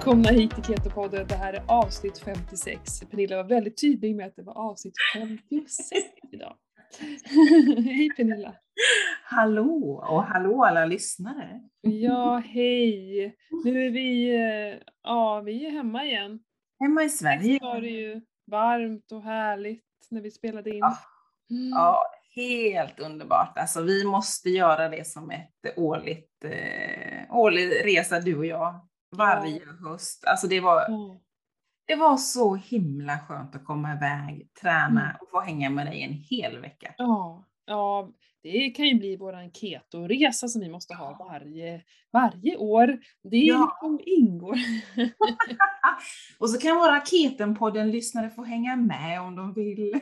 Välkomna hit till Keto-podden. Det här är avsnitt 56. Pernilla var väldigt tydlig med att det var avsnitt 56 idag. Hej Pernilla. Hallå och hallå alla lyssnare. Ja, hej. Nu är vi är hemma igen. Hemma i Sverige. Sist var det ju varmt och härligt när vi spelade in. Ja, helt underbart. Alltså vi måste göra det som ett årlig resa du och jag varje höst. Alltså det var så himla skönt att komma iväg, träna och få hänga med dig en hel vecka. Ja, det kan ju bli våran keto-resa som vi måste ha varje år. Det är liksom ingår. Och så kan våra Ketenpodden-lyssnare få hänga med om de vill.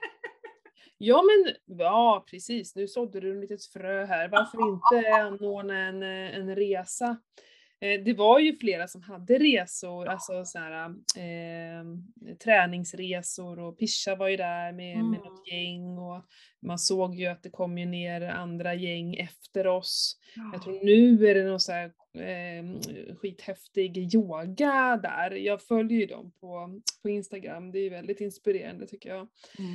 Ja, precis. Nu sådde du en litet frö här. Varför inte anordna en resa? Det var ju flera som hade resor, alltså såhär, träningsresor, och Pisha var ju där med något gäng, och man såg ju att det kom ju ner andra gäng efter oss. Jag tror nu är det någon så här skithäftig yoga där. Jag följer ju dem på Instagram, det är ju väldigt inspirerande tycker jag.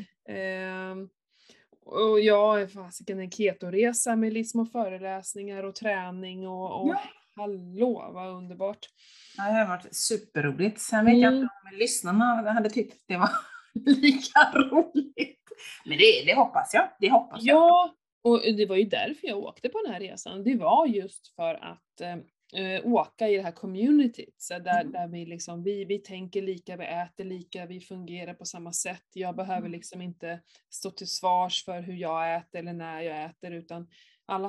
Och jag är fasiken en ketoresa med liksom och föreläsningar och träning och hallå, vad underbart. Ja, det har varit superroligt. Sen vet jag inte om lyssnarna hade tyckt att det var lika roligt. Men det hoppas jag. Ja, och det var ju därför jag åkte på den här resan. Det var just för att åka i det här communityt. Så där vi liksom, vi tänker lika, vi äter lika, vi fungerar på samma sätt. Jag behöver liksom inte stå till svars för hur jag äter eller när jag äter, utan alla...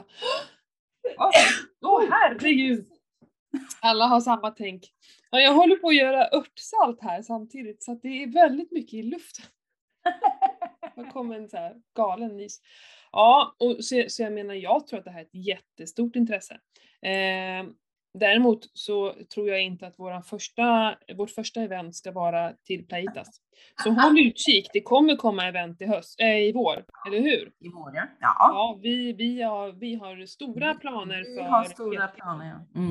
Herregud! Alla har samma tänk. Ja, jag håller på att göra örtsalt här samtidigt, så att det är väldigt mycket i luften. Det kommer en så här galen nys. Ja, och så jag menar, jag tror att det här är ett jättestort intresse. Däremot så tror jag inte att vårt första event ska vara till Playitas. Så håll utkik, det kommer komma event i vår, eller hur? I vår, ja. Ja, vi har stora planer för... Vi har stora planer,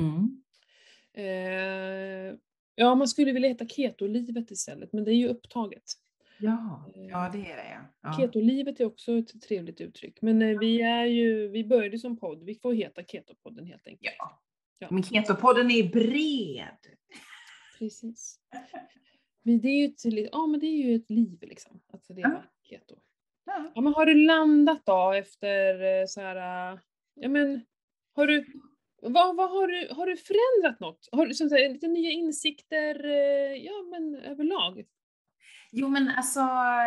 ja. Ja, man skulle vilja heta Keto-livet istället, men det är ju upptaget. Ja, det är det. Ja. Keto-livet är också ett trevligt uttryck, men vi började som podd, vi får heta Keto-podden helt enkelt. Ja. Men Keto-podden är bred. Precis. Men det är ju ett liv liksom, att leva keto. Ja, men har du landat då efter så här, ja men, har du förändrat något? Har du som sagt lite nya insikter, överlag? Jo, men alltså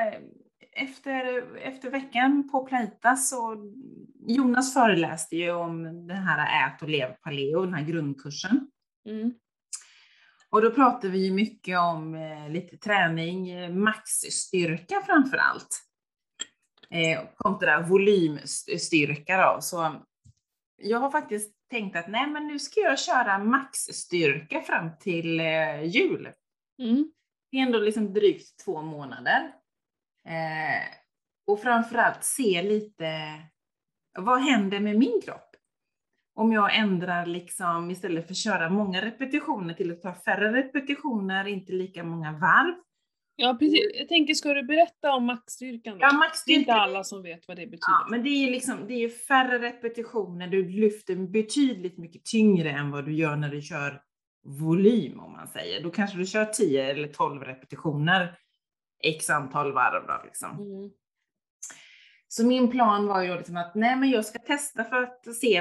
efter veckan på Playitas så Jonas föreläste ju om den här ät och lev paleo, den här grundkursen. Och då pratade vi ju mycket om lite träning, maxstyrka framför allt. Kontra volymstyrka då. Så jag har faktiskt tänkt att men nu ska jag köra maxstyrka fram till jul. Det är ändå liksom drygt 2 månader. Och framförallt se lite, vad händer med min kropp? Om jag ändrar liksom, istället för att köra många repetitioner till att ta färre repetitioner, inte lika många varv. Ja, precis. Jag tänker, ska du berätta om maxstyrkan då? Ja, maxstyrkan. Det är inte alla som vet vad det betyder. Ja, men det är färre repetitioner. Du lyfter betydligt mycket tyngre än vad du gör när du kör volym, om man säger. Då kanske du kör 10 eller 12 repetitioner, x antal varv då liksom. Så min plan var ju liksom att men jag ska testa för att se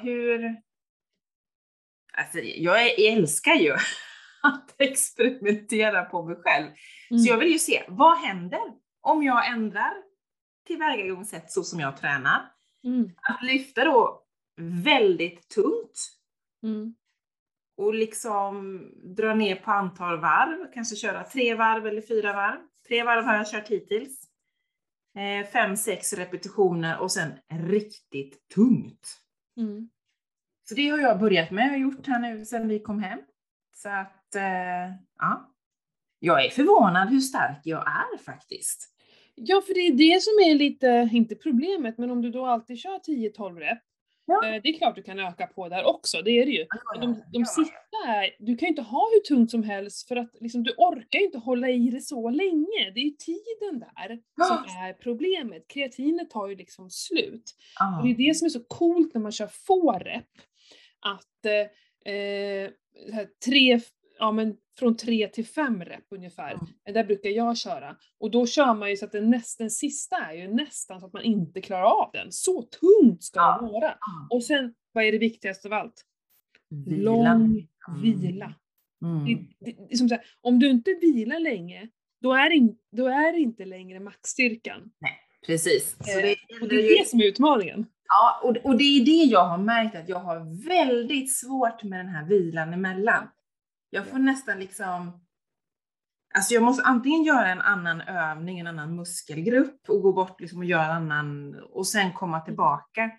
alltså jag älskar ju att experimentera på mig själv. Så jag vill ju se, vad händer om jag ändrar tillvägagångssätt så som jag tränar. Att lyfta då väldigt tungt. Och liksom dra ner på antal varv. Kanske köra 3 varv eller 4 varv. 3 varv har jag kört hittills. 5-6 repetitioner och sen riktigt tungt. Så det har jag börjat med och gjort här nu sedan vi kom hem. Så att jag är förvånad hur stark jag är faktiskt. Ja, för det är det som är lite, inte problemet, men om du då alltid kör 10-12 rep Ja. Det är klart du kan öka på där också, det är det ju. Men de Ja. sista är, du kan ju inte ha hur tungt som helst för att liksom, du orkar ju inte hålla i det så länge. Det är ju tiden där som är problemet. Kreatinet tar ju liksom slut. Och det är det som är så coolt när man kör få rep. Att från 3 till 5 rep ungefär. Där brukar jag köra. Och då kör man ju så att den sista är ju nästan så att man inte klarar av den. Så tungt ska det vara. Och sen, vad är det viktigaste av allt? Lång vila. Det är som så här, om du inte vilar länge, då är det inte längre maxstyrkan. Nej, precis. Så och det är det som är utmaningen. Ja, och det är det jag har märkt, att jag har väldigt svårt med den här vilan emellan. Jag får nästan liksom, alltså jag måste antingen göra en annan övning, en annan muskelgrupp och gå bort liksom och göra en annan och sen komma tillbaka.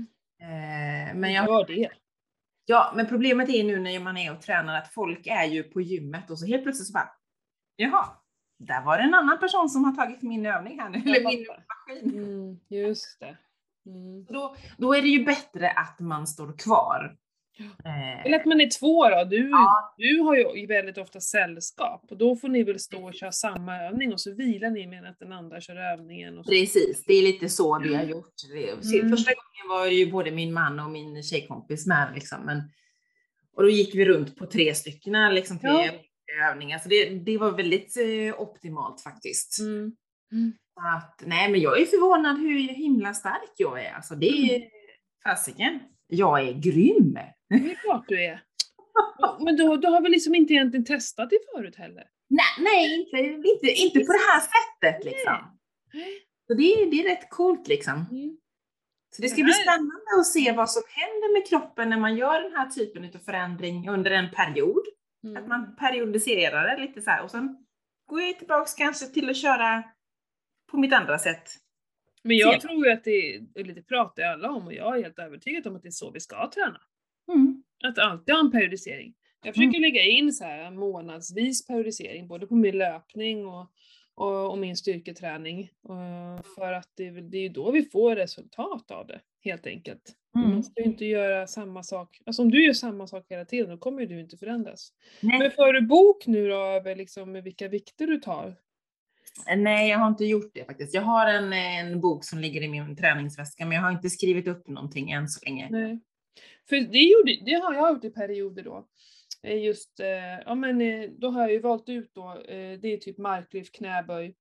Men jag gör det. Ja, men problemet är nu när man är och tränar att folk är ju på gymmet och så helt plötsligt så bara, jaha, där var det en annan person som har tagit min övning här nu, eller min maskin. Just det. Då är det ju bättre att man står kvar. Eller att man är två då. Du har ju väldigt ofta sällskap och då får ni väl stå och köra samma övning och så vilar ni med att den andra kör övningen. Och så. Precis, det är lite så vi har gjort. Första gången var ju både min man och min tjejkompis med liksom, och då gick vi runt på 3 stycken liksom, 3 övningar. Så det var väldigt optimalt faktiskt. Att, nej, men jag är förvånad hur himla stark jag är. Alltså det är fasiken. Jag är grym. Det är klart du är. Men då har vi liksom inte egentligen testat det förut heller. Nej, inte på det här sättet liksom. Så det är rätt coolt liksom. Så det ska bli spännande att se vad som händer med kroppen när man gör den här typen av förändring under en period. Att man periodiserar det lite så här. Och sen går jag tillbaka kanske till att köra på mitt andra sätt. Men jag tror ju att det är lite pratar alla om och jag är helt övertygad om att det är så vi ska träna. Att alltid ha en periodisering. Jag försöker lägga in så här månadsvis periodisering både på min löpning och min styrketräning. För att det är ju då vi får resultat av det, helt enkelt. Man ska ju inte göra samma sak. Alltså om du gör samma sak hela tiden, då kommer du inte förändras. Nej. Men får du bok nu då över liksom vilka vikter du tar? Nej, jag har inte gjort det faktiskt. Jag har en bok som ligger i min träningsväska, men jag har inte skrivit upp någonting än så länge. Nej. För det har jag gjort i perioder då. Just, då har jag ju valt ut då, det är typ marklyft, knäböj,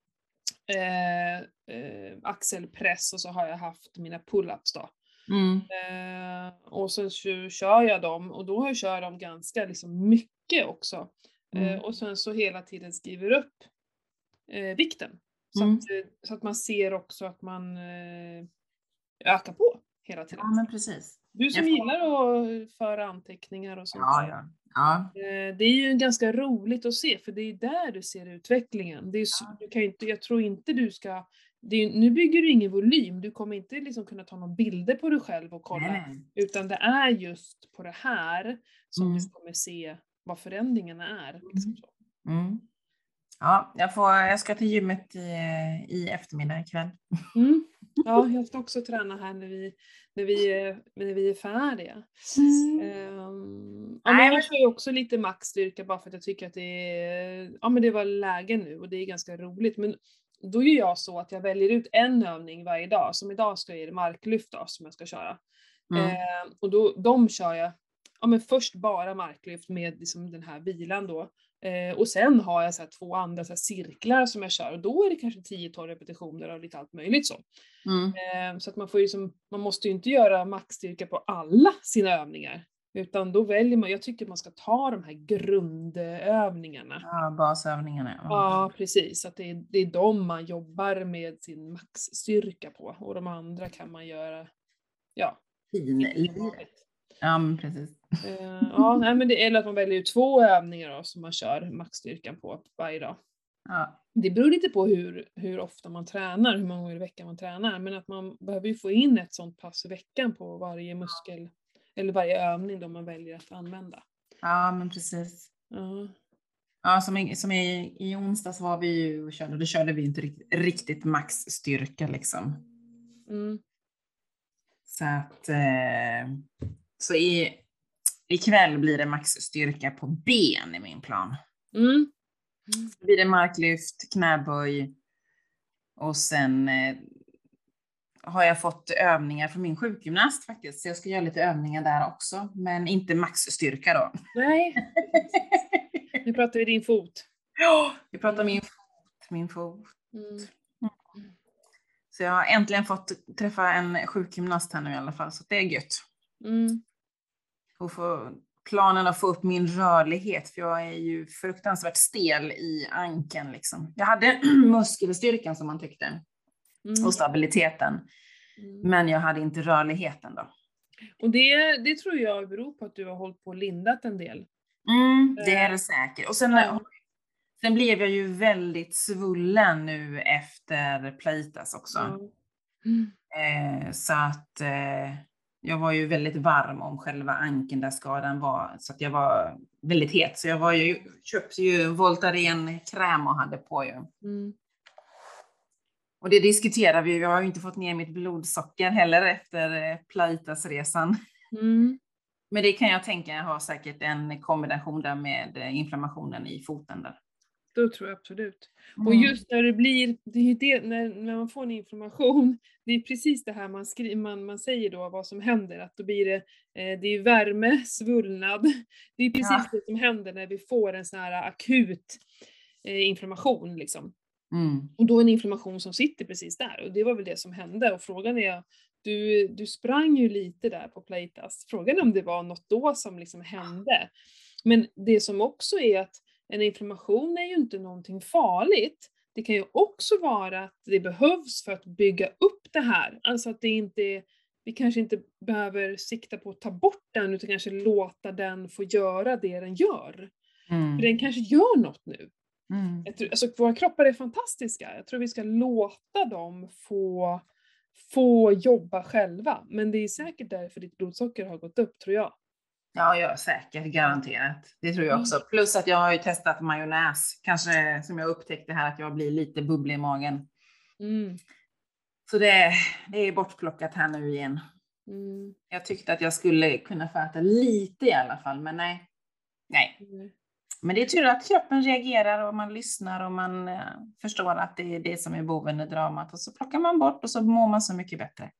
axelpress och så har jag haft mina pull-ups då. Och sen så kör jag dem och då kör jag dem ganska liksom mycket också. Och sen så hela tiden skriver upp vikten. Så att man ser också att man ökar på hela tiden. Ja, men precis. Du som gillar att föra anteckningar och sånt. Ja. Det är ju ganska roligt att se, för det är där du ser utvecklingen. Det är, du kan inte, jag tror inte du ska... nu bygger du ingen volym, du kommer inte liksom kunna ta några bilder på dig själv och kolla. Nej. Utan det är just på det här som du kommer se vad förändringarna är. Liksom så. Ja, jag ska till gymmet i eftermiddag ikväll. Ja, jag ska också träna här när vi är färdiga. Men jag kör ju också lite maxstyrka bara för att jag tycker att det var läge nu och det är ganska roligt. Men då gör jag så att jag väljer ut en övning varje dag. Som idag ska jag göra marklyft då, som jag ska köra. Och de kör jag först bara marklyft med liksom den här vilan då. Och sen har jag så här 2 andra så här cirklar som jag kör och då är det kanske 10-12 repetitioner och lite allt möjligt så. Så att man måste ju inte göra maxstyrka på alla sina övningar. Utan då väljer man, jag tycker man ska ta de här grundövningarna. Ja, basövningarna. Ja, precis. Att det är de man jobbar med sin maxstyrka på. Och de andra kan man göra, Ja, men precis. Men det är att man väljer 2 övningar då, som man kör maxstyrkan på varje dag. Ja. Det beror lite på hur ofta man tränar, hur många gånger i veckan man tränar. Men att man behöver ju få in ett sånt pass i veckan på varje muskel eller varje övning då man väljer att använda. Ja, men precis. Ja, som i onsdags var vi ju och körde, då körde vi inte riktigt maxstyrka liksom. Så att så ikväll blir det maxstyrka på ben i min plan. Mm. Så blir det marklyft, knäböj och sen har jag fått övningar från min sjukgymnast faktiskt. Så jag ska göra lite övningar där också, men inte maxstyrka då. Nej, nu pratar vi din fot. Ja, vi pratar min fot. Mm. Så jag har äntligen fått träffa en sjukgymnast här nu i alla fall, så det är gött. Mm. Och få planen att få upp min rörlighet, för jag är ju fruktansvärt stel i ankeln liksom. Jag hade muskelstyrkan som man tyckte och stabiliteten, men jag hade inte rörligheten då. Och det tror jag beror på att du har hållit på och lindat en del. Det är det säkert. Och sen blev jag ju väldigt svullen nu efter Pleitas också. Så att jag var ju väldigt varm om själva ankeln där skadan var. Så att jag var väldigt het. Så jag köpte ju Voltaren kräm och hade på ju. Och det diskuterar vi. Jag har ju inte fått ner mitt blodsocker heller efter Pleitas-resan. Men det kan jag tänka har säkert en kombination där med inflammationen i foten där. Då tror jag absolut. Och just när det blir, det är det, när man får en inflammation, det är precis det här man säger då vad som händer. Att då blir det är värme, svullnad. Det är precis det som händer när vi får en sån här akut inflammation liksom. Och då en inflammation som sitter precis där. Och det var väl det som hände. Och frågan är, du sprang ju lite där på Pleitas. Frågan är om det var något då som liksom hände. Men det som också är att en inflammation är ju inte någonting farligt. Det kan ju också vara att det behövs för att bygga upp det här. Alltså att det inte, vi kanske inte behöver sikta på att ta bort den, utan kanske låta den få göra det den gör. För den kanske gör något nu. Alltså våra kroppar är fantastiska. Jag tror vi ska låta dem få jobba själva. Men det är säkert därför ditt blodsocker har gått upp, tror jag. Ja, säkert, garanterat. Det tror jag också. Plus att jag har ju testat majonnäs. Kanske som jag upptäckte här att jag blir lite bubblig i magen. Så det är bortplockat här nu igen. Jag tyckte att jag skulle kunna få äta lite i alla fall, men nej. Men det är tur att kroppen reagerar och man lyssnar och man förstår att det är det som är boven i dramat. Och så plockar man bort och så mår man så mycket bättre.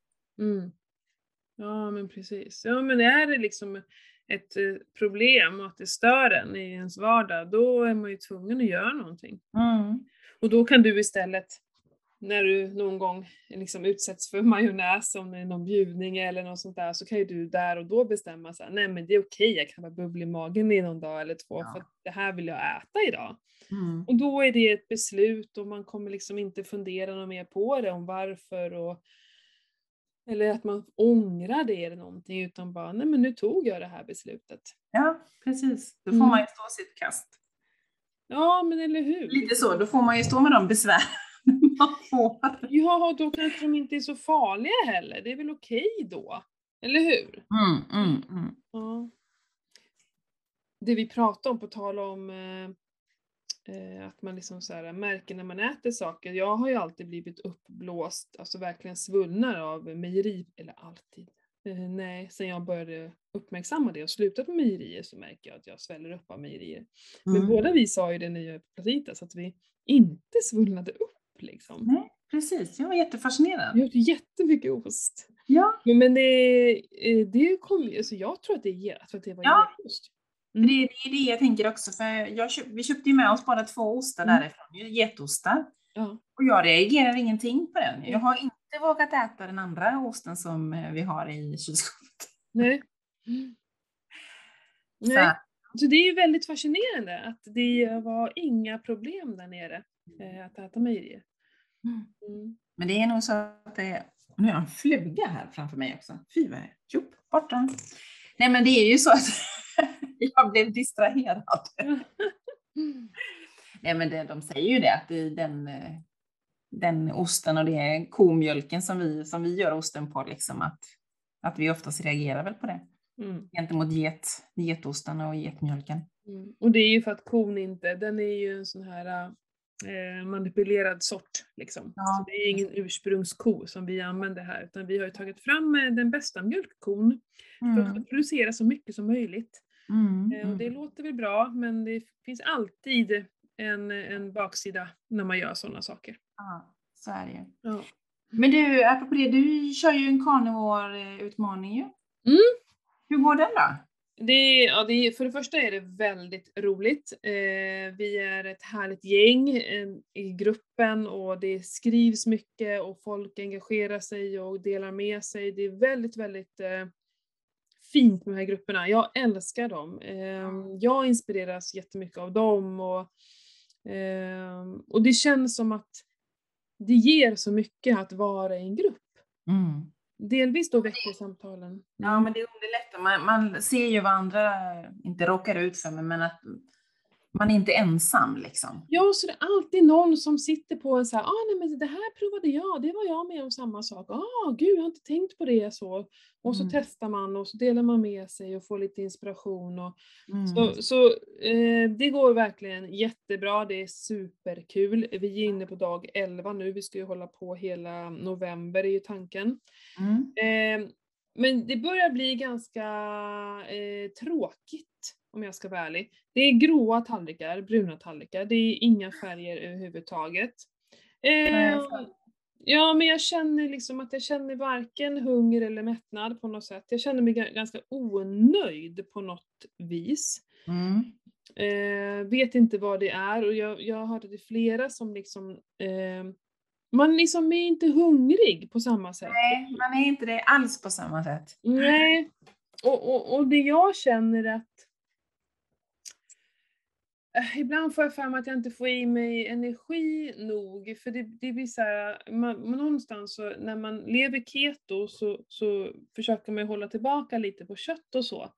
Ja, men precis. Ja, men är det liksom ett problem och att det stör en i ens vardag, då är man ju tvungen att göra någonting. Och då kan du istället, när du någon gång liksom utsätts för majonnäs, om det är någon bjudning eller något sånt där, så kan ju du där och då bestämma så här, nej men det är okej, jag kan vara bubblig i magen i någon dag eller två, för att det här vill jag äta idag. Och då är det ett beslut och man kommer liksom inte fundera något mer på det om varför eller att man ångrar det eller någonting, utan bara, nej men nu tog jag det här beslutet. Ja, precis. Då får man ju stå sitt kast. Ja, men eller hur? Lite så, då får man ju stå med de besvär man får. Ja, då kanske de inte är så farliga heller. Det är väl okej då? Eller hur? Ja. Det vi pratar om, på tal om att man liksom så här märker när man äter saker. Jag har ju alltid blivit uppblåst, alltså verkligen svullnar av mejeri, eller alltid. Nej, sen jag började uppmärksamma det och slutat med mejerier så märker jag att jag sväller upp av mejerier. Men båda vi sa ju det när jag är på Pleitas, att vi inte svullnade upp liksom. Nej, precis. Jag var jättefascinerad. Jag åt jättemycket ost. Ja. Men det kom, alltså jag tror att det var getost. Det är det jag tänker också, för vi köpte ju med oss bara 2 ostar därifrån, getostar. Och jag reagerar ingenting på den. Jag har inte vågat äta den andra osten som vi har i kylskåpet. Nej. Så det är ju väldigt fascinerande att det var inga problem där nere att äta mejerier. Men det är nog så att nu har jag en fluga här framför mig också. Fy vad är borta. Nej, men det är ju så att jag blev distraherad. Nej, men de säger ju det, att det är den osten och det är komjölken som vi gör osten på, liksom, att vi oftast reagerar väl på det. Gentemot getosten och getmjölken. Och det är ju för att kon den är ju en sån här manipulerad sort liksom. Ja. Så det är ingen ursprungsko som vi använder här, utan vi har ju tagit fram den bästa mjölkkon för att producera så mycket som möjligt. Och det låter väl bra, men det finns alltid en baksida när man gör sådana saker. Ja, så är det ju. Ja. Men du, apropå det, du kör ju en carnivore-utmaning ju. Hur går den då? För det första är det väldigt roligt. Vi är ett härligt gäng i gruppen och det skrivs mycket och folk engagerar sig och delar med sig. Det är väldigt, väldigt fint med de här grupperna. Jag älskar dem. Jag inspireras jättemycket av dem och det känns som att det ger så mycket att vara i en grupp. Delvis då veckosamtalen. Ja, men det underlättar. Man ser ju vad andra inte råkar ut för, men att man är inte ensam liksom. Ja, så det är alltid någon som sitter på en så här, nej men det här provade jag, det var jag med om samma sak. Gud, jag har inte tänkt på det så. Och så testar man och så delar man med sig och får lite inspiration. Och så det går verkligen jättebra, det är superkul. Vi är inne på dag 11 nu, vi ska ju hålla på hela november är ju tanken. Men det börjar bli ganska tråkigt. Om jag ska vara ärlig. Det är gråa tallrikar, bruna tallrikar. Det är inga färger överhuvudtaget. Ja, men jag känner liksom att jag känner varken hunger eller mättnad på något sätt. Jag känner mig ganska onöjd på något vis. Vet inte vad det är. Och jag hörde det flera som liksom... man liksom är inte hungrig på samma sätt. Nej, man är inte det alls på samma sätt. Nej. Och det jag känner att ibland får jag för mig att jag inte får i mig energi nog, för det blir så här, någonstans så, när man lever keto så försöker man hålla tillbaka lite på kött och så.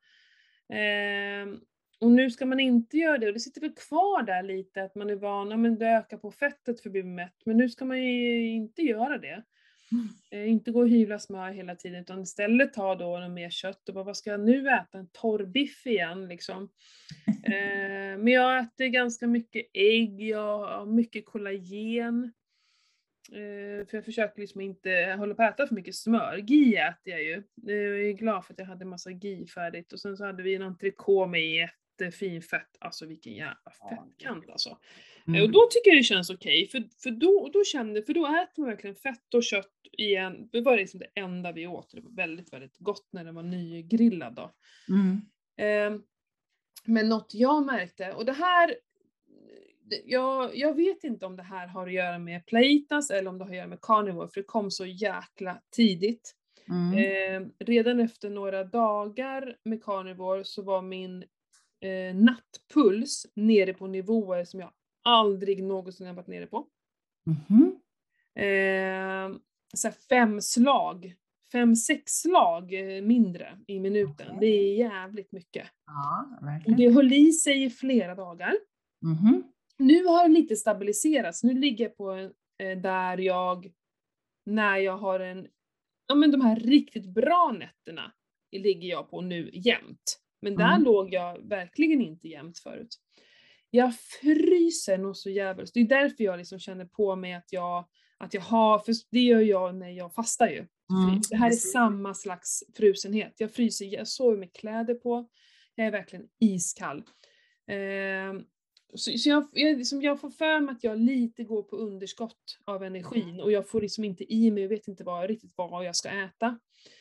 Och nu ska man inte göra det, och det sitter väl kvar där lite att man är van att öka på fettet för att bli mätt, men nu ska man ju inte göra det. Inte gå och hyvla smör hela tiden, utan istället ta då något mer kött och bara, vad ska jag nu äta? En torr biff igen liksom. Men jag äter ganska mycket ägg, jag har mycket kollagen. För jag försöker liksom inte hålla på att äta för mycket smör. Ghee äter jag ju. Jag är glad för att jag hade en massa ghee färdigt. Och sen så hade vi en entrecote med jättefin fett. Alltså vilken jävla fettkant alltså. Och då tycker jag det känns okej. För då äter man verkligen fett och kött igen. Det var liksom det enda vi åt. Det var väldigt, väldigt gott när den var nygrillad då. Men något jag märkte, och det här, jag vet inte om det här har att göra med Pleitas eller om det har att göra med carnivore, för det kom så jäkla tidigt. Redan efter några dagar med carnivore så var min nattpuls nere på nivåer som jag aldrig någonsin har varit nere på. Så 5-6 slag mindre i minuten. Det är jävligt mycket. Ja, och det höll i sig i flera dagar. Nu har det lite stabiliserats. Nu ligger jag på där när jag har de här riktigt bra nätterna ligger jag på nu jämt. Men där låg jag verkligen inte jämt förut. Jag fryser nog så jävligt. Det är därför jag liksom känner på mig att jag har, för det gör jag när jag fastar ju. Det här är samma slags frusenhet. Jag fryser, jag sover med kläder på. Jag är verkligen iskall. Så jag får för mig att jag lite går på underskott av energin. Och jag får liksom inte i mig, jag vet inte riktigt vad jag ska äta.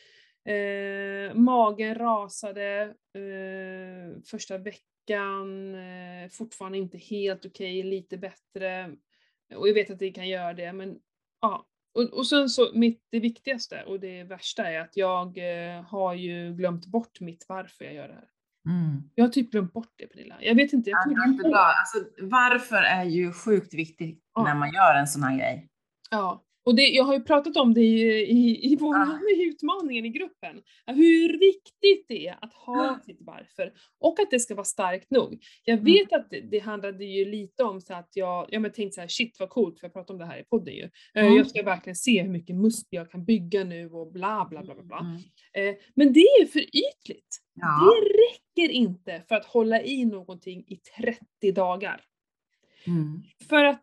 Magen rasade första veckan. Fortfarande inte helt okej, lite bättre. Och jag vet att det kan göra det, men ja. Och sen så, det viktigaste och det värsta är att jag har ju glömt bort varför jag gör det här. Jag har typ glömt bort det, Pernilla. Jag vet inte. Det är inte bra. Alltså, varför är ju sjukt viktigt när man gör en sån här grej. Ja. Och jag har ju pratat om det i utmaningen i gruppen. Hur viktigt det är att ha sitt varför. Och att det ska vara starkt nog. Jag vet att det handlade ju lite om så att jag tänkte så här, shit vad coolt, för jag pratade om det här i podden ju. Jag ska verkligen se hur mycket muskler jag kan bygga nu och bla bla bla bla. Men det är för ytligt. Det räcker inte för att hålla i någonting i 30 dagar. För att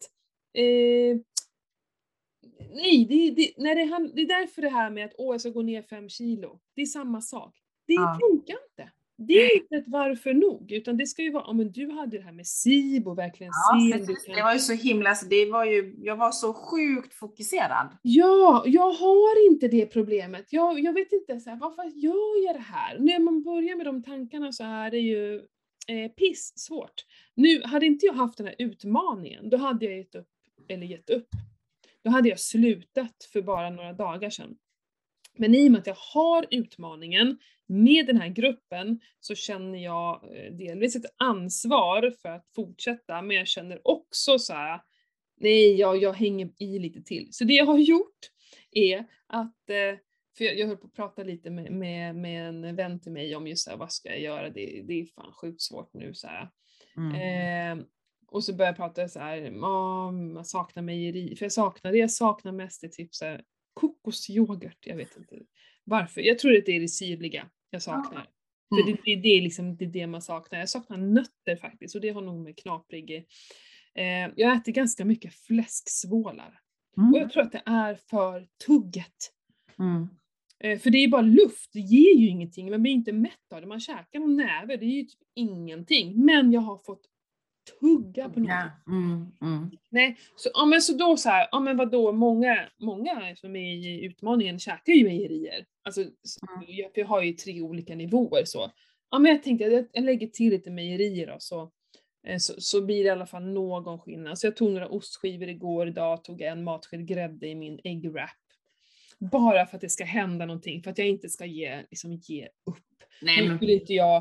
nej, det är därför det här med att jag ska gå ner 5 kilo. Det är samma sak. Det funkar inte. Det är inte ett varför nog, utan det ska ju vara, men du hade det här med SIBO, verkligen se. Det var ju så himla, jag var så sjukt fokuserad. Ja, jag har inte det problemet. Jag vet inte så här, varför gör jag det här? När man börjar med de tankarna så är det ju svårt. Nu, hade inte jag haft den här utmaningen, då hade jag gett upp. Då hade jag slutat för bara några dagar sedan. Men i och med att jag har utmaningen med den här gruppen så känner jag delvis ett ansvar för att fortsätta, men jag känner också så här, nej, jag hänger i lite till. Så det jag har gjort är att, för jag höll på att prata lite med en vän till mig om just så här, vad ska jag göra? Det är fan sjukt svårt nu så här. Och så började jag prata så här, man saknar mejeri, för jag saknar mest är typ så här, kokosyoghurt, jag vet inte varför. Jag tror att det är det syrliga jag saknar. För det är liksom det man saknar. Jag saknar nötter faktiskt, och det har nog med knaprig. Jag äter ganska mycket fläsksvålar. Och jag tror att det är för tugget. För det är bara luft, det ger ju ingenting. Man blir inte mätt av det. Man käkar någon näve, det är ju typ ingenting. Men jag har fått tugga på något. Nej, så då så här, men vadå, många som är i utmaningen käkar ju mejerier. Alltså, jag har ju 3 olika nivåer så. Men jag tänkte att jag lägger till lite mejerier då, så blir det i alla fall någon skillnad. Så jag tog några ostskivor idag, tog en matsked grädde i min egg wrap. Bara för att det ska hända någonting, för att jag inte ska ge upp. Nu skulle inte jag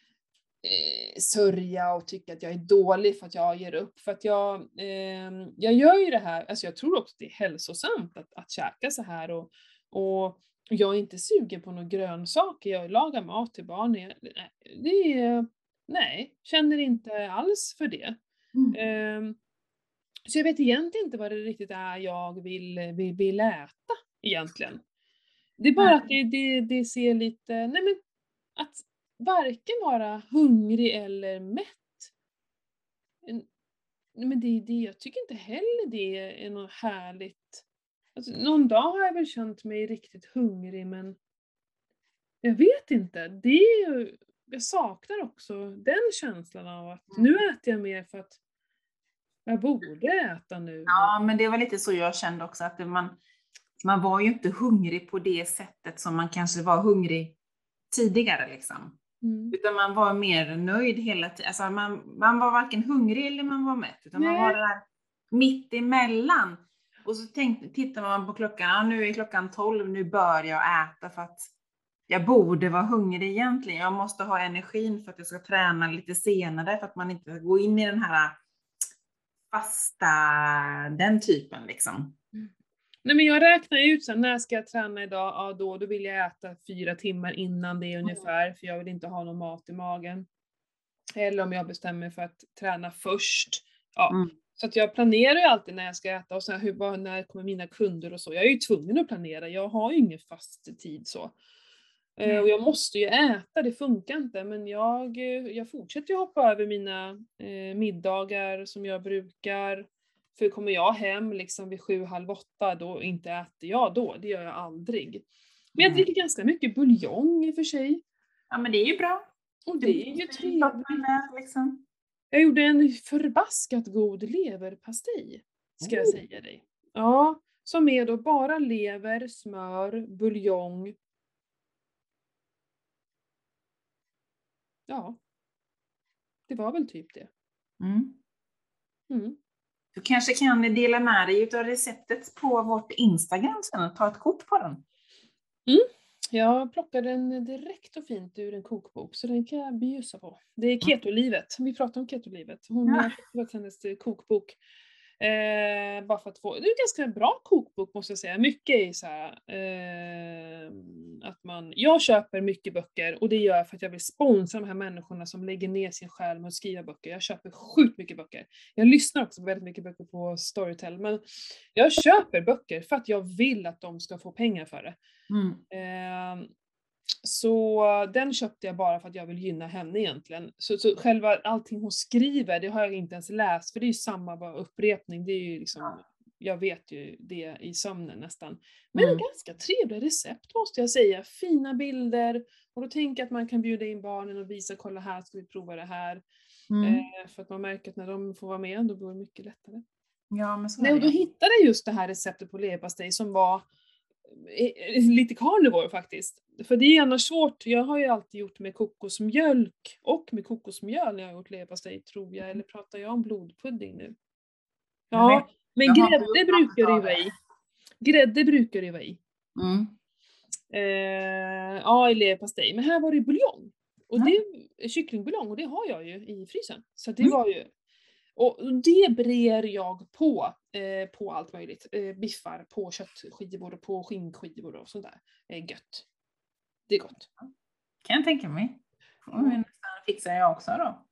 sörja och tycka att jag är dålig för att jag ger upp. För att jag gör ju det här, alltså jag tror också att det är hälsosamt att käka så här. Och jag är inte sugen på några grönsaker. Jag lagar mat till barn. Nej, känner inte alls för det. Så jag vet egentligen inte vad det riktigt är jag vill äta egentligen. Det är bara att det ser lite, att varken vara hungrig eller mätt. Men jag tycker inte heller det är något härligt. Alltså, någon dag har jag väl känt mig riktigt hungrig, men jag vet inte. Jag saknar också den känslan av att nu äter jag mer för att jag borde äta nu. Ja, men det var lite så jag kände också, att man var ju inte hungrig på det sättet som man kanske var hungrig tidigare liksom. Utan man var mer nöjd hela tiden. Alltså man var varken hungrig eller man var mätt. Utan man var där mitt emellan. Och så tittar man på klockan. Nu är klockan 12. Nu bör jag äta för att jag borde vara hungrig egentligen. Jag måste ha energin för att jag ska träna lite senare. För att man inte går in i den här fasta, den typen liksom. Nej, men jag räknar ut så när ska jag träna idag? Ja, då vill jag äta 4 timmar innan det ungefär, för jag vill inte ha någon mat i magen. Eller om jag bestämmer för att träna först. Ja. Så att jag planerar ju alltid när jag ska äta, och så här, när kommer mina kunder och så. Jag är ju tvungen att planera, jag har ju ingen fast tid så. Och jag måste ju äta, det funkar inte, men jag fortsätter ju hoppa över mina middagar som jag brukar. För kommer jag hem liksom vid 7:30, då inte äter jag då. Det gör jag aldrig. Men jag dricker ganska mycket buljong i och för sig. Ja, men det är ju bra. Och det är ju trevligt. Liksom. Jag gjorde en förbaskat god leverpastej, ska jag säga dig. Ja, som är då bara lever, smör, buljong. Ja, det var väl typ det. Du kanske kan dela med dig av receptet på vårt Instagram sen och ta ett kort på den. Jag plockade den direkt och fint ur en kokbok, så den kan jag bjussa på. Det är Ketolivet. Vi pratar om Ketolivet. Hon har fått hennes kokbok. Bara för att få, det är en ganska bra kokbok måste jag säga. Mycket är så här, att jag köper mycket böcker, och det gör jag för att jag vill sponsra de här människorna som lägger ner sin själ med att skriva böcker. Jag köper sjukt mycket böcker. Jag lyssnar också på väldigt mycket böcker på Storytel, men jag köper böcker för att jag vill att de ska få pengar för det. Så den köpte jag bara för att jag vill gynna henne egentligen. Så själva allting hon skriver, det har jag inte ens läst, för det är ju samma bara upprepning. Det är ju liksom, jag vet ju det i sömnen nästan. Men ganska trevliga recept måste jag säga. Fina bilder. Och då tänker jag att man kan bjuda in barnen och visa, kolla här ska vi prova det här. För att man märker att när de får vara med, då blir det mycket lättare. Ja, men så Nej, och då hittade jag just det här receptet på leverpastej som var lite carnivore faktiskt. För det är annars svårt. Jag har ju alltid gjort med kokosmjölk och med kokosmjöl när jag har gjort leverpastej, tror jag. Eller pratar jag om blodpudding nu? Ja, men grädde brukar det ju vara i. Grädde brukar det vara i. Ja, i leverpastej. Men här var det buljong. Och det är kycklingbuljong, och det har jag ju i frysen. Så det var ju... Och det brer jag på allt möjligt. Biffar, på köttskivor och på skinkskivor och sånt där. Gött. Det är gott. Kan jag tänka mig. Nästan fixar jag också då.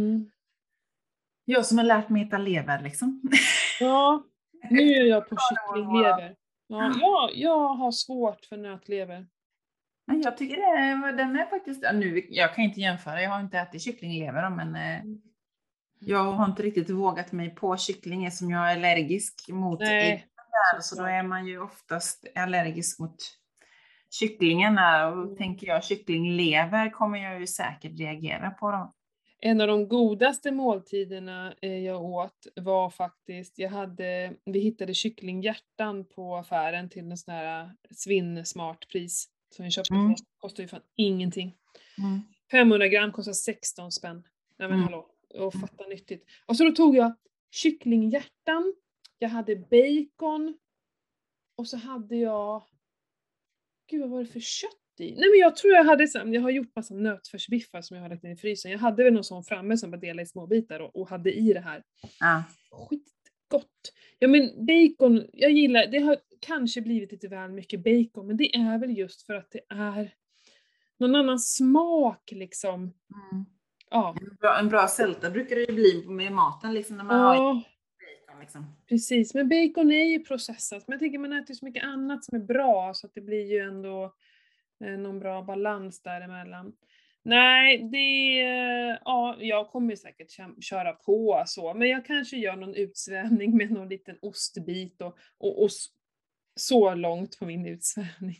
Jag som har lärt mig äta lever liksom. Ja, nu är jag på kycklinglever. Ja, jag har svårt för nötlever. Men jag tycker den är faktiskt... Nu, jag kan inte jämföra, jag har inte ätit kycklinglever men... Jag har inte riktigt vågat mig på kyckling som jag är allergisk mot. Så då är man ju oftast allergisk mot kycklingen. Och tänker jag kycklinglever kommer jag ju säkert reagera på då. En av de godaste måltiderna jag åt var faktiskt, vi hittade kycklinghjärtan på affären till en sån här svinnsmart pris som vi köpte för. Kostar ju fan ingenting. 500 gram kostar 16 spänn. Nej men hallå. Och fatta nyttigt. Och så då tog jag kycklinghjärtan, jag hade bacon och så hade jag, gud vad var det för kött i? Nej men jag tror jag har gjort massa nötfärsbiffar som jag har lagt in i frysen. Jag hade väl någon sån framme som var delad i små bitar och hade i det här. Skitgott. Ja men bacon, jag gillar, det har kanske blivit lite väl mycket bacon, men det är väl just för att det är någon annan smak liksom. Ja. En bra sälta brukar det ju bli med maten liksom när man har bacon liksom. Precis, men bacon är ju processat. Men jag tänker man äter så mycket annat som är bra så att det blir ju ändå någon bra balans däremellan. Nej, jag kommer säkert köra på så, men jag kanske gör någon utsvävning med någon liten ostbit och så långt på min utsvävning.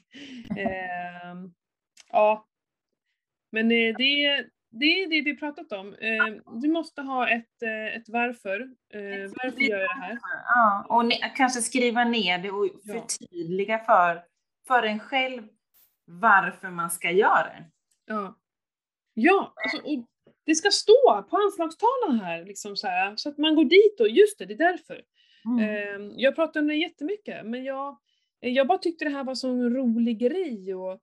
Ja, men det är det vi pratat om. Du måste ha ett varför. Varför gör jag det här? Ja, och kanske skriva ner det och förtydliga för en själv varför man ska göra det. Ja, alltså, och det ska stå på anslagstavlan här, liksom så att man går dit och just det är därför. Jag pratar om det jättemycket, men jag bara tyckte det här var så en rolig grej och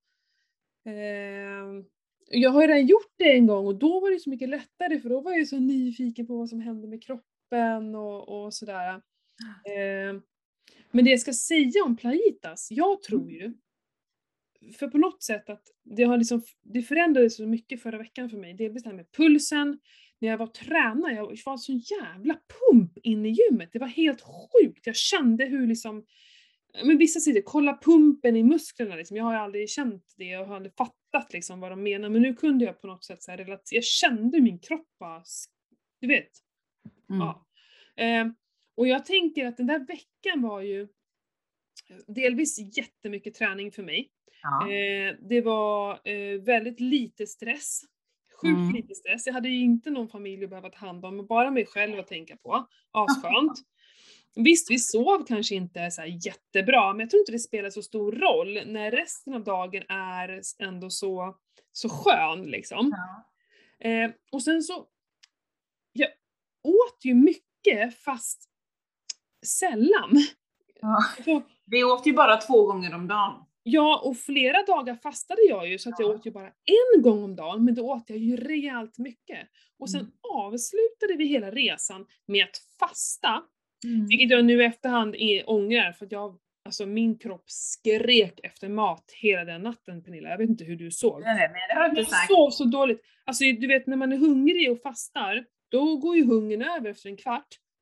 jag har ju redan gjort det en gång och då var det så mycket lättare för då var jag så nyfiken på vad som hände med kroppen och sådär. Men det jag ska säga om playitas, jag tror ju, för på något sätt att det förändrades så mycket förra veckan för mig. Delvis det här med pulsen, när jag var tränare, jag var så jävla pump in i gymmet. Det var helt sjukt, jag kände hur liksom, men vissa sidor, kolla pumpen i musklerna liksom. Jag har aldrig känt det och har aldrig fattat liksom vad de menar. Men nu kunde jag på något sätt så här relatera. Jag kände min kropp bara, du vet. Ja. Och jag tänker att den där veckan var ju delvis jättemycket träning för mig. Det var väldigt lite stress. Sjukt lite stress. Jag hade ju inte någon familj att behöva ta hand om. Bara mig själv att tänka på. Asskönt. Visst, vi sov kanske inte så här jättebra, men jag tror inte det spelar så stor roll när resten av dagen är ändå så skön liksom. Och sen så, jag åt ju mycket fast sällan. Vi åt ju bara 2 gånger om dagen. Ja, och flera dagar fastade jag ju så att jag åt ju bara 1 gång om dagen, men då åt jag ju rejält mycket. Och sen avslutade vi hela resan med att fasta. Vilket jag nu i efterhand ångrar för att min kropp skrek efter mat hela den natten, Pernilla. Jag vet inte hur du såg. Nej, det har du inte sagt. Jag sov så dåligt. Alltså du vet när man är hungrig och fastar, då går ju hungern över efter en kvart.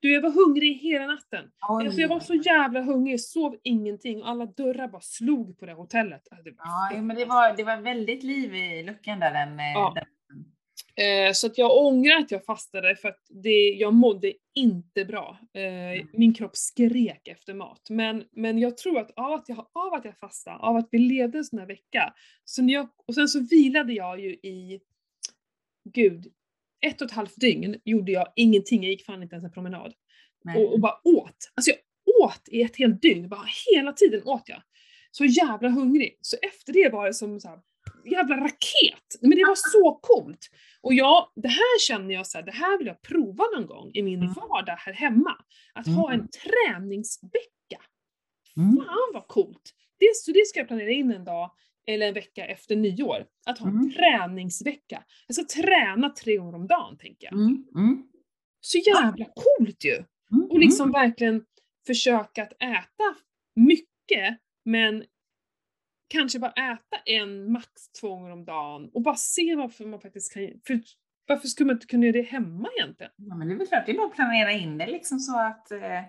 Du, jag var hungrig hela natten. Oj. Alltså jag var så jävla hungrig, sov ingenting och alla dörrar bara slog på det hotellet. Alltså, det var Ja, men det var väldigt liv i luckan där Ja. den. Så att jag ångrar att jag fastade för att jag mådde inte bra. Min kropp skrek efter mat. Men jag tror att av att jag fastade, av att vi levde en sån här vecka, och sen så vilade jag ju i, 1,5 dygn gjorde jag ingenting, jag gick fan inte ens en promenad. Och bara åt. Alltså jag åt i ett helt dygn, bara hela tiden åt jag. Så jävla hungrig. Så efter det var det som så här, jävla raket. Men det var så coolt. Och det här känner jag så här, det här vill jag prova någon gång i min vardag här hemma. Att ha en träningsvecka. Fan vad coolt. Det ska jag planera in en dag eller en vecka efter nyår. Att ha en träningsvecka. Jag ska träna 3 gånger om dagen, tänker jag. Så jävla coolt ju. Och liksom verkligen försöka att äta mycket, men kanske bara äta max 2 gånger om dagen och bara se varför man faktiskt kan, varför skulle man inte kunna göra det hemma egentligen? Ja, men det är väl klart, det är bara att planera in det liksom så att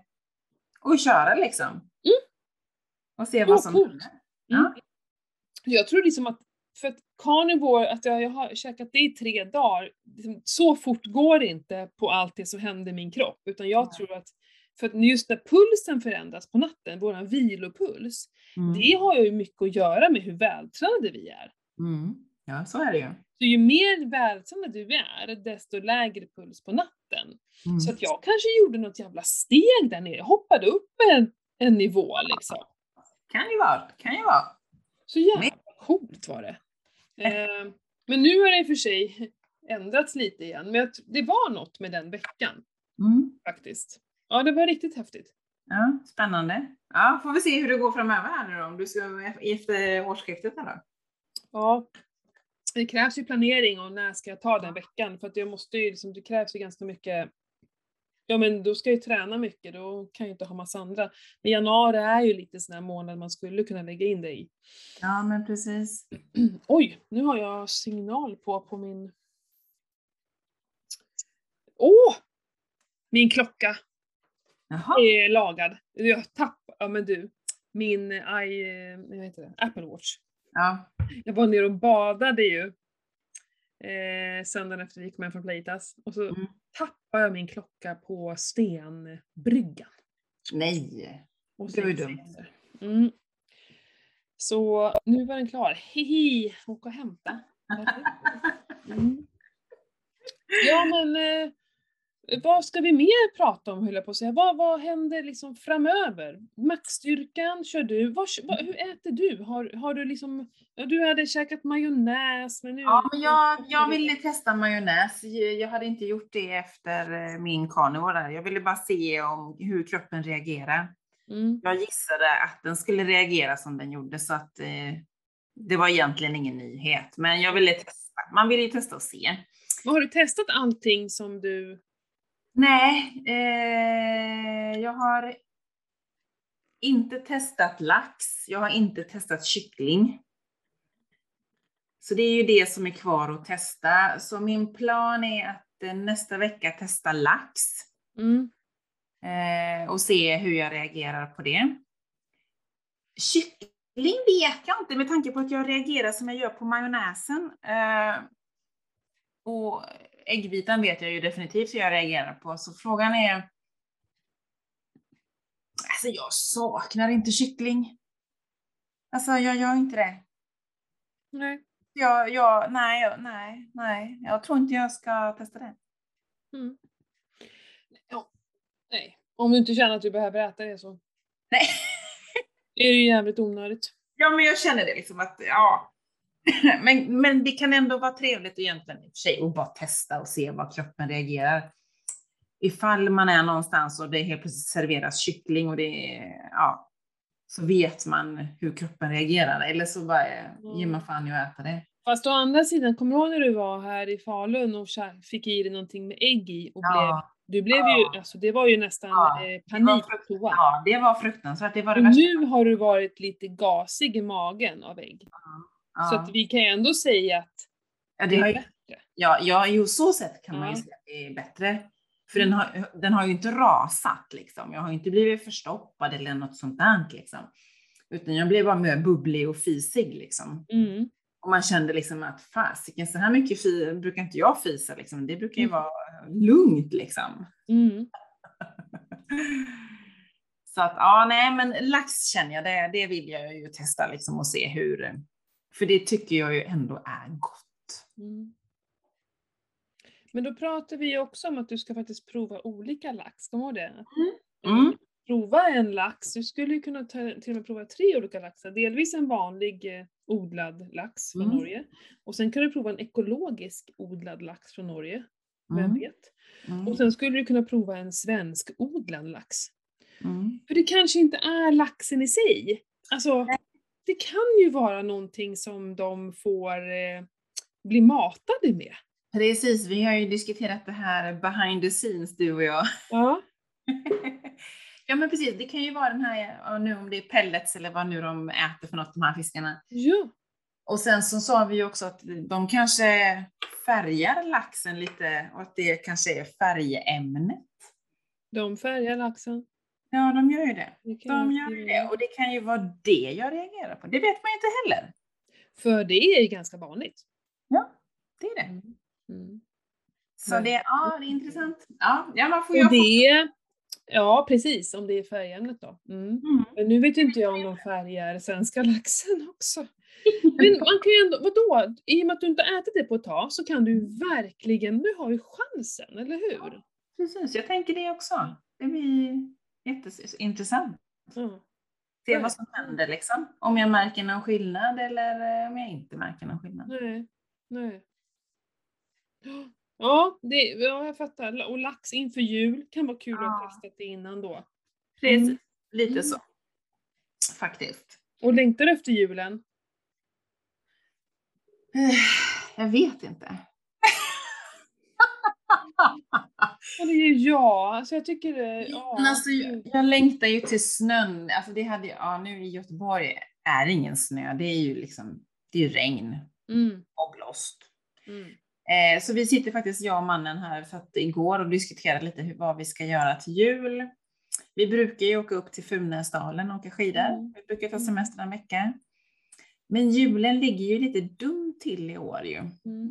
och köra liksom. Och se vad som händer. Ja. Jag tror liksom att för att carnivore, att jag har käkat det i 3 dagar, liksom, så fort går det inte på allt det som händer i min kropp, utan jag tror att för att just när pulsen förändras på natten, våran vilopuls, det har ju mycket att göra med hur vältränade vi är. Ja, så är det ju. Så ju mer vältränad du är, desto lägre puls på natten. Så att jag kanske gjorde något jävla steg där nere, jag hoppade upp en nivå liksom. Kan ju vara. Så jävla coolt var det. Men nu har det i och för sig ändrats lite igen, men det var något med den veckan. Faktiskt. Ja, det var riktigt häftigt. Ja, spännande. Ja, får vi se hur det går framöver här nu då, om du ska efter årsskiftet här då. Ja, det krävs ju planering och när ska jag ta den veckan, för att jag måste ju liksom, det krävs ju ganska mycket. Ja, men då ska jag ju träna mycket, då kan jag inte ha massa andra. Men januari är ju lite sån här månad man skulle kunna lägga in det i. Ja, men precis. Oj, nu har jag signal på min. Min klocka. Jaha. Är lagad. Jag tappade, ja men du, min Apple Watch. Ja. Jag var nere och badade ju söndagen efter vi kom hem från Playtas. Och så tappade jag min klocka på stenbryggan. Nej, och det var ju dumt. Så nu var den klar. Hihi, åka och hämta. Ja men vad ska vi mer prata om, höll jag på att säga. Vad händer liksom framöver? Maxstyrkan kör du. Hur äter du? Har du liksom, du hade käkat majonnäs, men nu. Ja, men jag ville testa majonnäs. Jag hade inte gjort det efter min carnivore där. Jag ville bara se hur kroppen reagerar. Jag gissade att den skulle reagera som den gjorde, så att det var egentligen ingen nyhet. Men jag ville testa. Man vill ju testa och se. Har du testat allting som du? Nej, jag har inte testat lax. Jag har inte testat kyckling. Så det är ju det som är kvar att testa. Så min plan är att nästa vecka testa lax. Och se hur jag reagerar på det. Kyckling vet jag inte, med tanke på att jag reagerar som jag gör på majonnäsen. Och äggvitan vet jag ju definitivt hur jag reagerar på. Så frågan är. Alltså jag saknar inte kyckling. Alltså jag gör inte det. Nej. Nej. Jag tror inte jag ska testa det. Ja, nej. Om du inte känner att du behöver äta det så. Nej. Är det jävligt onödigt. Ja, men jag känner det liksom att, ja. men det kan ändå vara trevligt egentligen i och för sig att bara testa och se vad kroppen reagerar. Ifall man är någonstans och det helt plötsligt serveras kyckling och det är, ja, så vet man hur kroppen reagerar. Eller så bara ger man fan i att äta det. Fast å andra sidan, kommer du ihåg när du var här i Falun och fick i dig någonting med ägg i och du blev ju, alltså det var ju nästan panik att prova. Ja, det var fruktansvärt. Det var det och värsta. Nu har du varit lite gasig i magen av ägg. Så att vi kan ju ändå säga att det är bättre. Ja, jo, så sätt kan man ju säga att det är bättre. För den har ju inte rasat liksom. Jag har inte blivit förstoppad eller något sånt där liksom. Utan jag blev bara mer bubblig och fisig liksom. Mm. Och man kände liksom att fasiken, så här mycket brukar inte jag fisa liksom. Det brukar ju vara lugnt liksom. Mm. Så att ja, nej, men lax känner jag, det vill jag ju testa liksom och se hur. För det tycker jag ju ändå är gott. Mm. Men då pratar vi också om att du ska faktiskt prova olika lax. Kommer du ihåg det? Mm. Prova en lax. Du skulle ju kunna till och med prova 3 olika laxar. Delvis en vanlig odlad lax från Norge. Och sen kan du prova en ekologisk odlad lax från Norge. Vem vet? Och sen skulle du kunna prova en svensk odlad lax. För det kanske inte är laxen i sig. Alltså, det kan ju vara någonting som de får bli matade med. Precis, vi har ju diskuterat det här behind the scenes, du och jag. Ja. Ja men precis, det kan ju vara den här, nu om det är pellets eller vad nu de äter för något, de här fiskarna. Ja. Och sen så sa vi ju också att de kanske färgar laxen lite och att det kanske är färgämnet. De färgar laxen. Ja, de gör ju det. Det kan De jag gör ju skriva. det. Och det kan ju vara det jag reagerar på. Det vet man ju inte heller. För det är ju ganska vanligt. Ja, det är det. Så det är intressant. Ja, man får ju... Och det, ja precis, om det är färgämnet då. Men nu vet inte jag om de färgar svenska laxen också. Men man kan ju ändå, vadå? I och med att du inte ätit det på ett tag så kan du verkligen, du har ju chansen, eller hur? Ja, precis, jag tänker det också. Det blir jätteintressant. Se vad som händer liksom. Om jag märker någon skillnad eller om jag inte märker någon skillnad. Nej. Ja, jag fattar. Och lax inför jul kan vara kul att ha testat det innan då. Precis, lite så. Faktiskt. Och längtar du efter julen? Jag vet inte. Ja, alltså jag tycker det, Alltså, jag längtar ju till snön. Alltså det hade, nu i Göteborg är det ingen snö. Det är ju liksom, det är regn och blåst. Så vi sitter faktiskt, jag och mannen här för att igår och diskuterade lite vad vi ska göra till jul. Vi brukar ju åka upp till Funäsdalen och åka skidor. Vi brukar ta semester en vecka. Men julen ligger ju lite dumt till i år ju.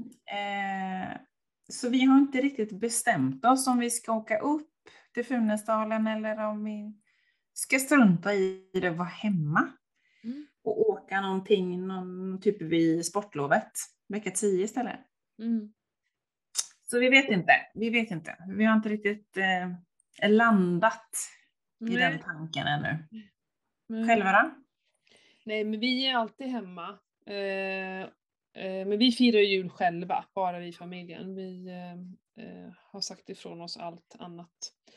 Så vi har inte riktigt bestämt oss om vi ska åka upp till Funäsdalen eller om vi ska strunta i det och vara hemma. Och åka någon typ vid sportlovet. Vecka 10 istället. Så vi vet inte. Vi har inte riktigt landat i den tanken ännu. Själva då? Nej, men vi är alltid hemma. Men vi firar jul själva, bara vi i familjen. Vi har sagt ifrån oss allt annat.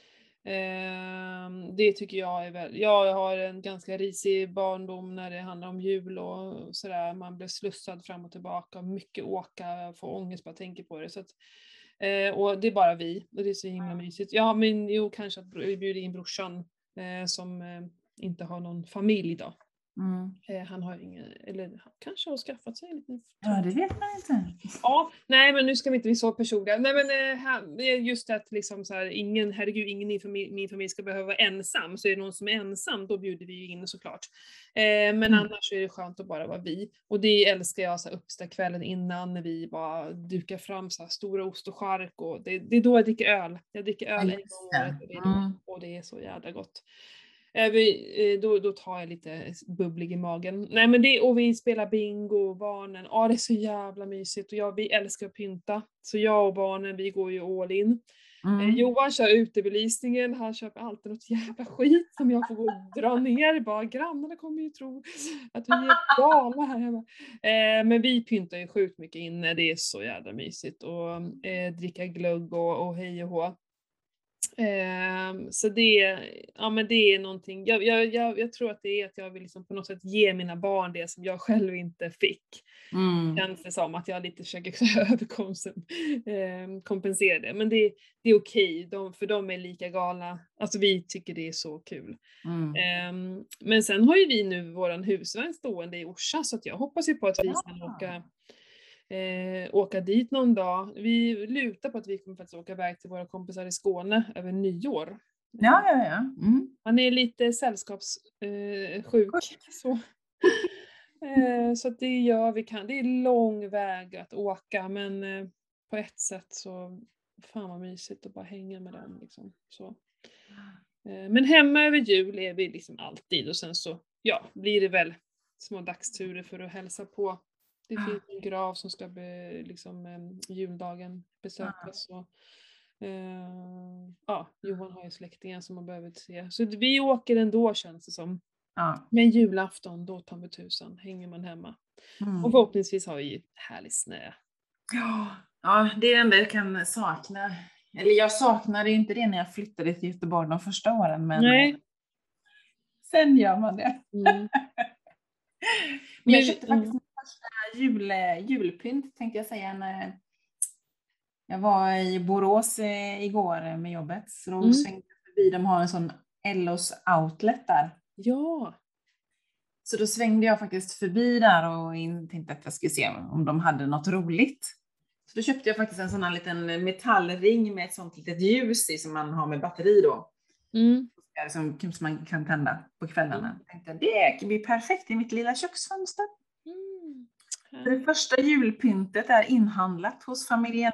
Det tycker jag är väl... Jag har en ganska risig barndom när det handlar om jul och sådär. Man blir slussad fram och tillbaka, mycket åka, får ångest bara tänker på det. Så att, och det är bara vi, och det är så himla mysigt. Ja, men kanske att vi bjuder in brorsan som inte har någon familj då. Han har ingen, eller han kanske har skaffat sig en liten... Ja, det vet man inte. Ja, nej men nu ska vi inte bli så personliga. Nej men just att liksom så här, ingen i min familj ska behöva vara ensam. Så är det någon som är ensam, då bjuder vi ju in såklart. Men annars är det skönt att bara vara vi. Och det älskar jag, så här, uppstå kvällen innan när vi bara dukar fram så här, stora ost och chark. Och det är då jag dricker öl. Jag dricker öl en gång om året och det är så jävla gott. Då tar jag lite bubblig i magen. Nej men och vi spelar bingo, barnen. Det är så jävla mysigt. Och vi älskar att pynta. Så jag och barnen, vi går ju all in. Johan kör utebelysningen. Han köper alltid något jävla skit som jag får gå och dra ner. Bara grannarna kommer ju tro att vi är galna här hemma. Men vi pyntar ju sjukt mycket inne. Det är så jävla mysigt. Och dricka glögg och hej och hå. Så det är någonting, jag tror att det är att jag vill liksom på något sätt ge mina barn det som jag själv inte fick. Känns det som att jag lite försöker överkompensera det, men det är okej, för de är lika galna, alltså vi tycker det är så kul. Men sen har ju vi nu våran husvagn stående i Orsa, så att jag hoppas ju på att vi kan åka åka dit någon dag. Vi lutar på att vi kommer faktiskt åka iväg till våra kompisar i Skåne över nyår. Ja. Han är lite sällskapssjuk. Så att det gör vi kan. Det är lång väg att åka, men på ett sätt så fan vad mysigt att bara hänga med dem liksom. Så. Men hemma över jul är vi liksom alltid, och sen så blir det väl små dagsturer för att hälsa på. Det finns en grav som ska juldagen besökas. Och, Johan har ju släktingar som man behöver se. Så vi åker ändå, känns det som. Ja. Men julafton, då tar vi tusan, hänger man hemma. Och förhoppningsvis har vi ju härlig snö. Ja, det är det enda jag kan sakna. Eller jag saknade inte det när jag flyttade till Göteborg de första åren, men Nej. Sen gör man det. Men jag köpte faktiskt min första julpynt, tänkte jag säga, när jag var i Borås igår med jobbet. Så då svängde jag förbi, de har en sån Ellos outlet där. Ja. Så då svängde jag faktiskt förbi där och tänkte att jag skulle se om de hade något roligt. Så då köpte jag faktiskt en sån här liten metallring med ett sånt litet ljus i som man har med batteri då. Som man kan tända på kvällarna. Jag tänkte, det kan bli perfekt i mitt lilla köksfönster. Det första julpyntet är inhandlat hos familjen.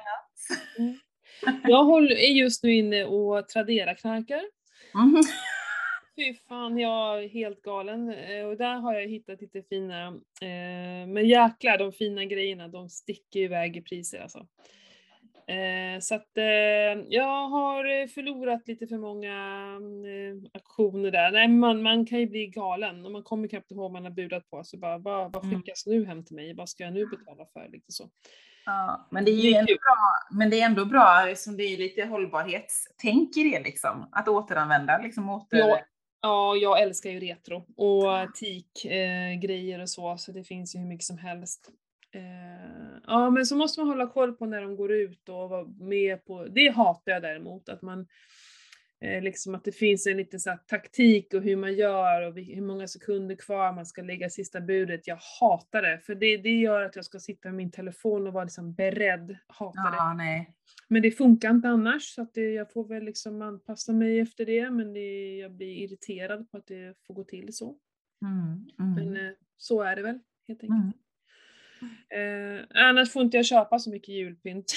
Jag är just nu inne och Tradera-knarkar. Fy fan, jag är helt galen. Och där har jag hittat lite fina, men jäklar, de fina grejerna, de sticker iväg i priser alltså. Så att jag har förlorat lite för många aktioner där. Nej, man kan ju bli galen och man kommer knappt ihåg vad man har budat på. Så bara, vad skickas nu hem till mig? Vad ska jag nu betala för? Lite så. Ja, men det är ju ändå bra, men det är ändå bra som det är lite hållbarhetstänk i det liksom. Att återanvända liksom Ja, jag älskar ju retro och grejer och så det finns ju hur mycket som helst. Ja, men så måste man hålla koll på när de går ut och vara med på, det hatar jag däremot, att man liksom att det finns en liten så här taktik och hur man gör och hur många sekunder kvar man ska lägga sista budet. Jag hatar det, för det gör att jag ska sitta med min telefon och vara liksom beredd. Hatar det. Nej. Men det funkar inte annars, så att jag får väl liksom anpassa mig efter det, men jag blir irriterad på att det får gå till så. Men så är det väl, helt enkelt. Annars får inte jag köpa så mycket julpynt.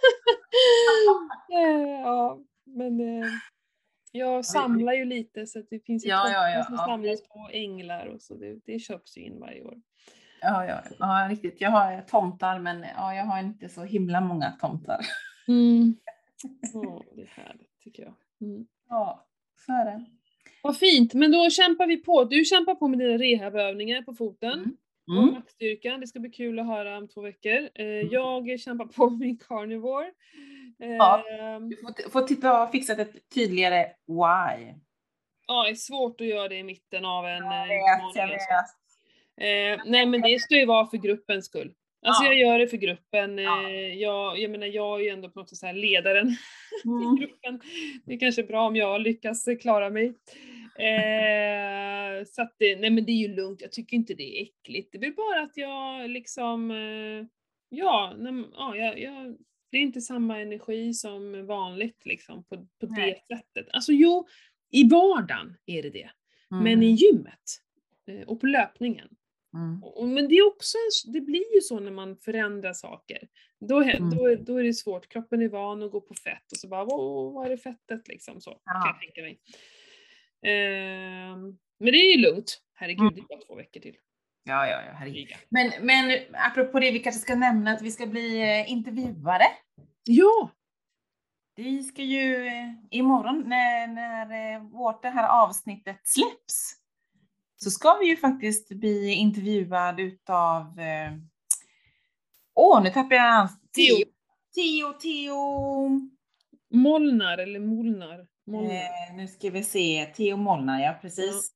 Ja, men jag samlar ju lite, så att det finns ju som samlas på änglar och så det köps ju in varje år. Ja, riktigt. Jag har tomtar, men jag har inte så himla många tomtar. Det är härligt tycker jag. Ja, så är det. Vad fint, men då kämpar vi på. Du kämpar på med dina rehabövningar på foten. Och maxstyrkan, det ska bli kul att höra om 2 veckor. Jag kämpar på min carnivore. Du får titta och fixa ett tydligare why. Ja, det är svårt att göra det i mitten av en jag vet. Nej, men det ska ju vara för gruppens skull. Alltså jag gör det för gruppen. Jag menar, jag är ju ändå på något sätt så här ledaren i gruppen. Det är kanske bra om jag lyckas klara mig. Så att nej, men det är ju lugnt. Jag tycker inte det är äckligt. Det blir bara att jag liksom det är inte samma energi som vanligt liksom på det sättet. Alltså i vardagen är det. Men i gymmet och på löpningen. Men det är också det blir ju så när man förändrar saker. Då är det svårt. Kroppen är van att gå på fett och så bara, vad är det fettet liksom så. Kan jag tänka mig. Men det är ju lugnt. Herregud, det är bara 2 veckor till. Ja, herregud. Men apropå det, vi kanske ska nämna att vi ska bli intervjuare. Ja! Vi ska ju imorgon när vårt det här avsnittet släpps, så ska vi ju faktiskt bli intervjuad utav nu tappar jag hans Theo Molnar eller Molnar. Nu ska vi se, Theo Molnar, ja precis.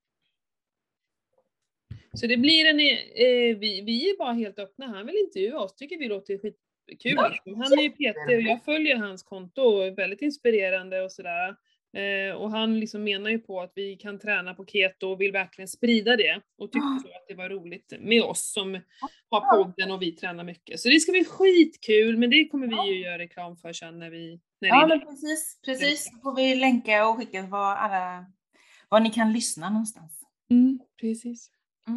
Så det blir vi är bara helt öppna. Han vill intervjua oss, tycker vi låter skitkul. Han är ju PT och jag följer hans konto och är väldigt inspirerande och sådär. Och han liksom menar ju på att vi kan träna på keto och vill verkligen sprida det. Och tyckte så att det var roligt med oss som har podden och vi tränar mycket. Så det ska bli skitkul, men det kommer vi ju göra reklam för sen när det är men precis. Då får vi länka och skicka var ni kan lyssna någonstans. Precis.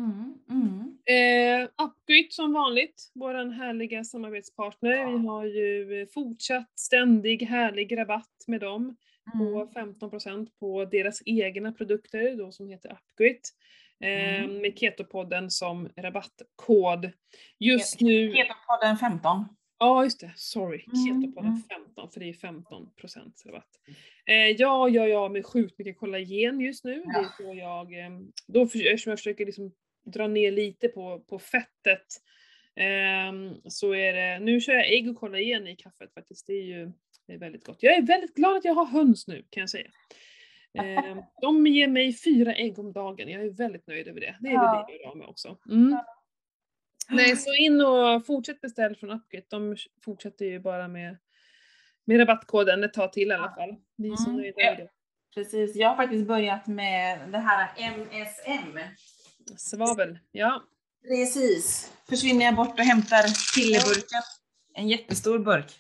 Upgrid som vanligt, våran härliga samarbetspartner. Vi har ju fortsatt ständig härlig rabatt med dem på 15% på deras egna produkter då, som heter Upgrid. Med Ketopodden som rabattkod. Just nu... Ketopodden 15. Ja, just det. Sorry. Ketopodden 15, för det är 15% rabatt. Ja, med sjukt mycket kollagen just nu. Det är så eftersom jag försöker liksom dra ner lite på fettet, så är det, nu kör jag ägg och kollagen i kaffet faktiskt. Det är väldigt gott. Jag är väldigt glad att jag har höns nu, kan jag säga. De ger mig 4 ägg om dagen. Jag är väldigt nöjd över det. Det är väl det jag har med också. Nej, så in och fortsätt beställa från Upgrid. De fortsätter ju bara med rabattkoden ett tag till i alla fall. Vi är så nöjda med det. Precis, jag har faktiskt börjat med det här MSM. Svavel, ja. Precis. Försvinner jag bort och hämtar pilleburken. En jättestor burk.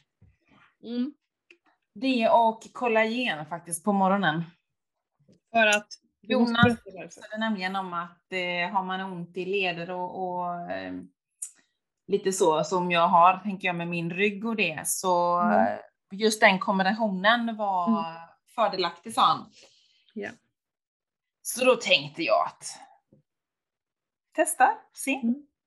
Det och kollagen faktiskt på morgonen. För att Jonas pratade nämligen om att har man ont i leder och lite så som jag har, tänker jag, med min rygg och det, så just den kombinationen var fördelaktig, sa han. Ja. Så då tänkte jag att testa, se.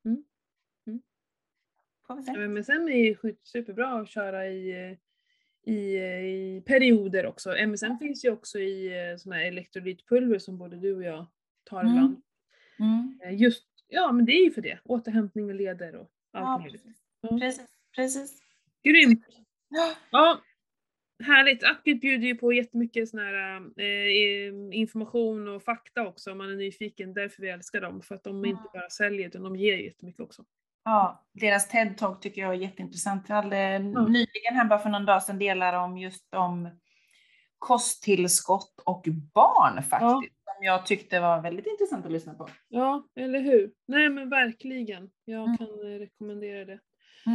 Får vi se. Men sen är det superbra att köra i perioder också. MSM finns ju också i såna här elektrolytpulver som både du och jag tar ibland. Just, men det är ju för det. Återhämtning och leder och allt möjligt. Precis. Grymt. Ja, härligt. Upgrid bjuder ju på jättemycket sån här information och fakta också om man är nyfiken. Därför vi älskar dem. För att de inte bara säljer, utan de ger jättemycket också. Ja, deras TED-talk tycker jag är jätteintressant. Jag hade nyligen här bara för någon dag sedan delar om just om kosttillskott och barn faktiskt. Som jag tyckte var väldigt intressant att lyssna på. Ja, eller hur? Nej, men verkligen. Jag kan rekommendera det.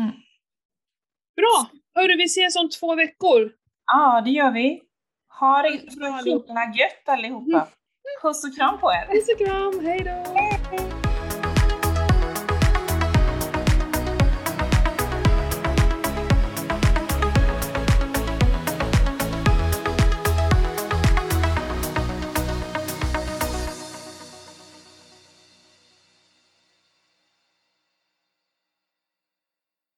Bra! Hörru, vi ses om 2 veckor. Ja, det gör vi. Ha det så himla gött allihopa. Puss och kram på er. Puss och kram, hej då!